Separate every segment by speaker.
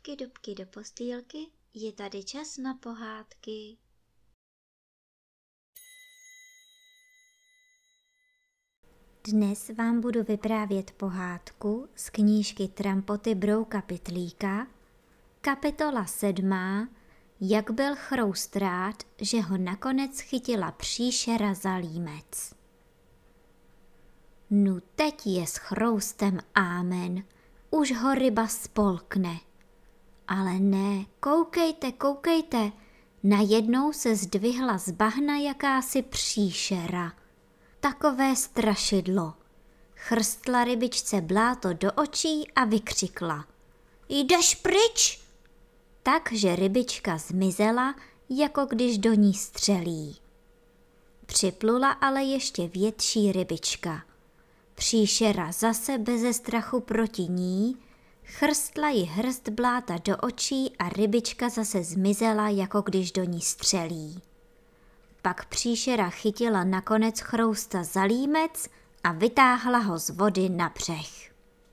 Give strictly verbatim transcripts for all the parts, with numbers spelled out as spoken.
Speaker 1: Dubky, dubky do postýlky, je tady čas na pohádky. Dnes vám budu vyprávět pohádku z knížky Trampoty Brouka Pytlíka, kapitola sedmá, Jak byl Chroust rád, že ho nakonec chytila příšera za límec. Nu teď je s Chroustem ámen, už ho ryba spolkne. Ale ne, koukejte, koukejte, najednou se zdvihla z bahna jakási příšera. Takové strašidlo. Chrstla rybičce bláto do očí a vykřikla. Jdeš pryč? Takže rybička zmizela, jako když do ní střelí. Připlula ale ještě větší rybička. Příšera zase beze strachu proti ní, chrstla ji hrst bláta do očí a rybička zase zmizela, jako když do ní střelí. Pak příšera chytila nakonec Chrousta za límec a vytáhla ho z vody na břeh.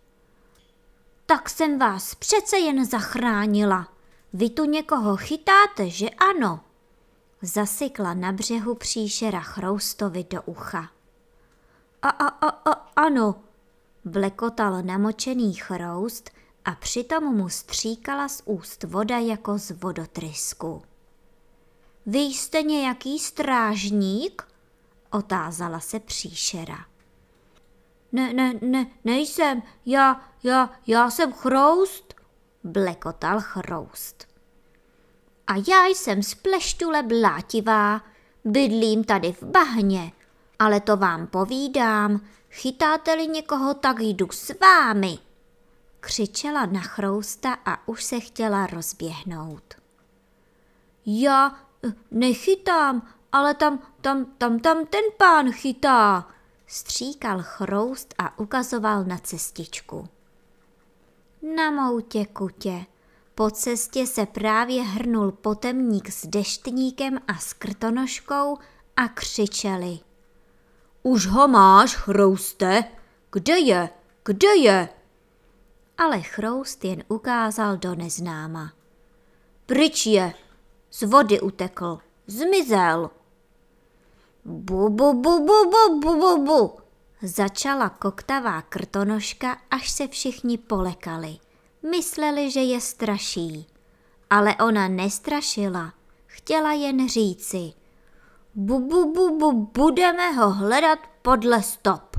Speaker 1: Tak jsem vás přece jen zachránila. Vy tu někoho chytáte, že ano? Zasykla na břehu příšera Chroustovi do ucha. A, a, a, a ano, vlekotal namočený Chroust a přitom mu stříkala z úst voda jako z vodotrysku. Vy jste nějaký strážník? Otázala se příšera. Ne, ne, ne, nejsem, já, já, já jsem Chroust, blekotal Chroust. A já jsem z Pleštule Blátivá, bydlím tady v bahně, ale to vám povídám, chytáte-li někoho, tak jdu s vámi. Křičela na Chrousta a už se chtěla rozběhnout. Já nechytám, ale tam, tam, tam, tam ten pán chytá, stříkal Chroust a ukazoval na cestičku. Na moutě kutě, po cestě se právě hrnul potemník s deštníkem a s krtonoškou a křičeli. Už ho máš, Chrouste? Kde je? Kde je? Ale Chroust jen ukázal do neznáma. Pryč je, z vody utekl, zmizel. Bu, bu, bu, bu, bu, bu, bu, bu. Začala koktavá krtonoška, až se všichni polekali. Mysleli, že je straší. Ale ona nestrašila, chtěla jen říci. Bu, bu, bu, bu, budeme ho hledat podle stop.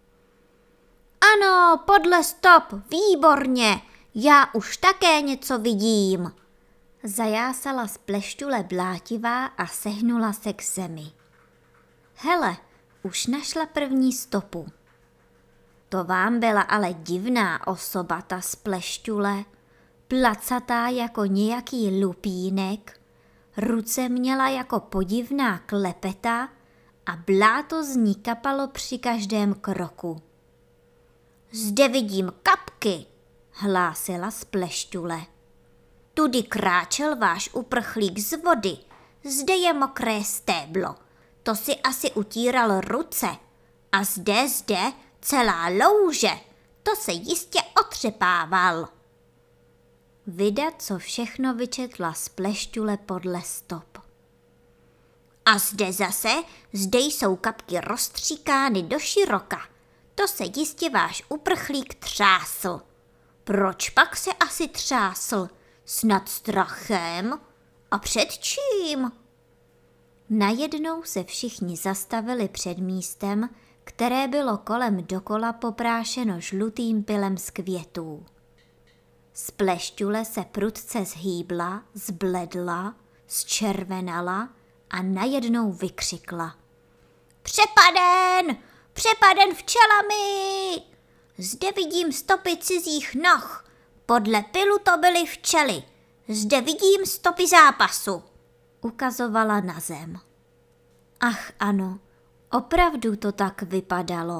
Speaker 1: Ano, podle stop, výborně, já už také něco vidím. Zajásala z Pleštule Blátivá a sehnula se k zemi. Hele, už našla první stopu. To vám byla ale divná osoba, ta z Pleštule, placatá jako nějaký lupínek, ruce měla jako podivná klepeta a bláto z ní kapalo při každém kroku. Zde vidím kapky, hlásila z Pleštule. Tudy kráčel váš uprchlík z vody, zde je mokré stéblo, to si asi utíral ruce a zde, zde celá louže, to se jistě otřepával. Vida, co všechno vyčetla z Pleštule podle stop. A zde zase, zde jsou kapky rozstříkány do široka, to se jistě váš uprchlík třásl. Proč pak se asi třásl? Snad strachem? A před čím? Najednou se všichni zastavili před místem, které bylo kolem dokola poprášeno žlutým pylem z květů. Z Pleštule se prudce zhýbla, zbledla, zčervenala a najednou vykřikla. Přepaden! Přepaden včelami! Zde vidím stopy cizích noh. Podle pylu to byly včely. Zde vidím stopy zápasu. Ukazovala na zem. Ach ano, opravdu to tak vypadalo.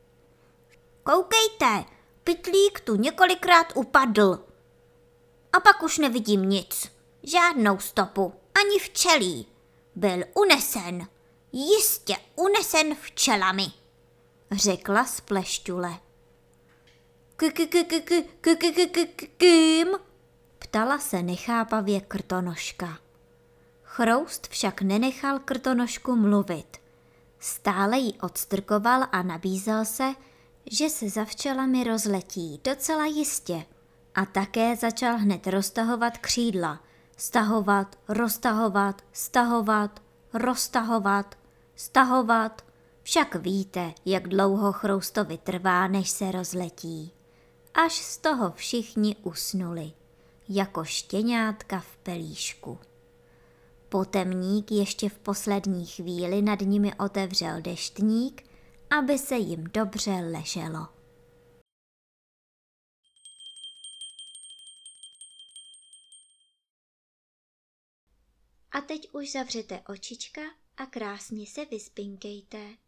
Speaker 1: Koukejte, pytlík tu několikrát upadl. A pak už nevidím nic. Žádnou stopu, ani včelí. Byl unesen, jistě unesen včelami, řekla z Pleštule. Kým? ptala se nechápavě Krtonoška. Chroust však nenechal Krtonošku mluvit. Stále jí odstrkoval a nabízel se, že se za včelami rozletí docela jistě. A také začal hned roztahovat křídla. Stahovat, roztahovat, stahovat, roztahovat, stahovat. Však víte, jak dlouho Chroustovi trvá, než se rozletí. Až z toho všichni usnuli, jako štěňátka v pelíšku. Potemník ještě v poslední chvíli nad nimi otevřel deštník, aby se jim dobře leželo. A teď už zavřete očička a krásně se vyspinkejte.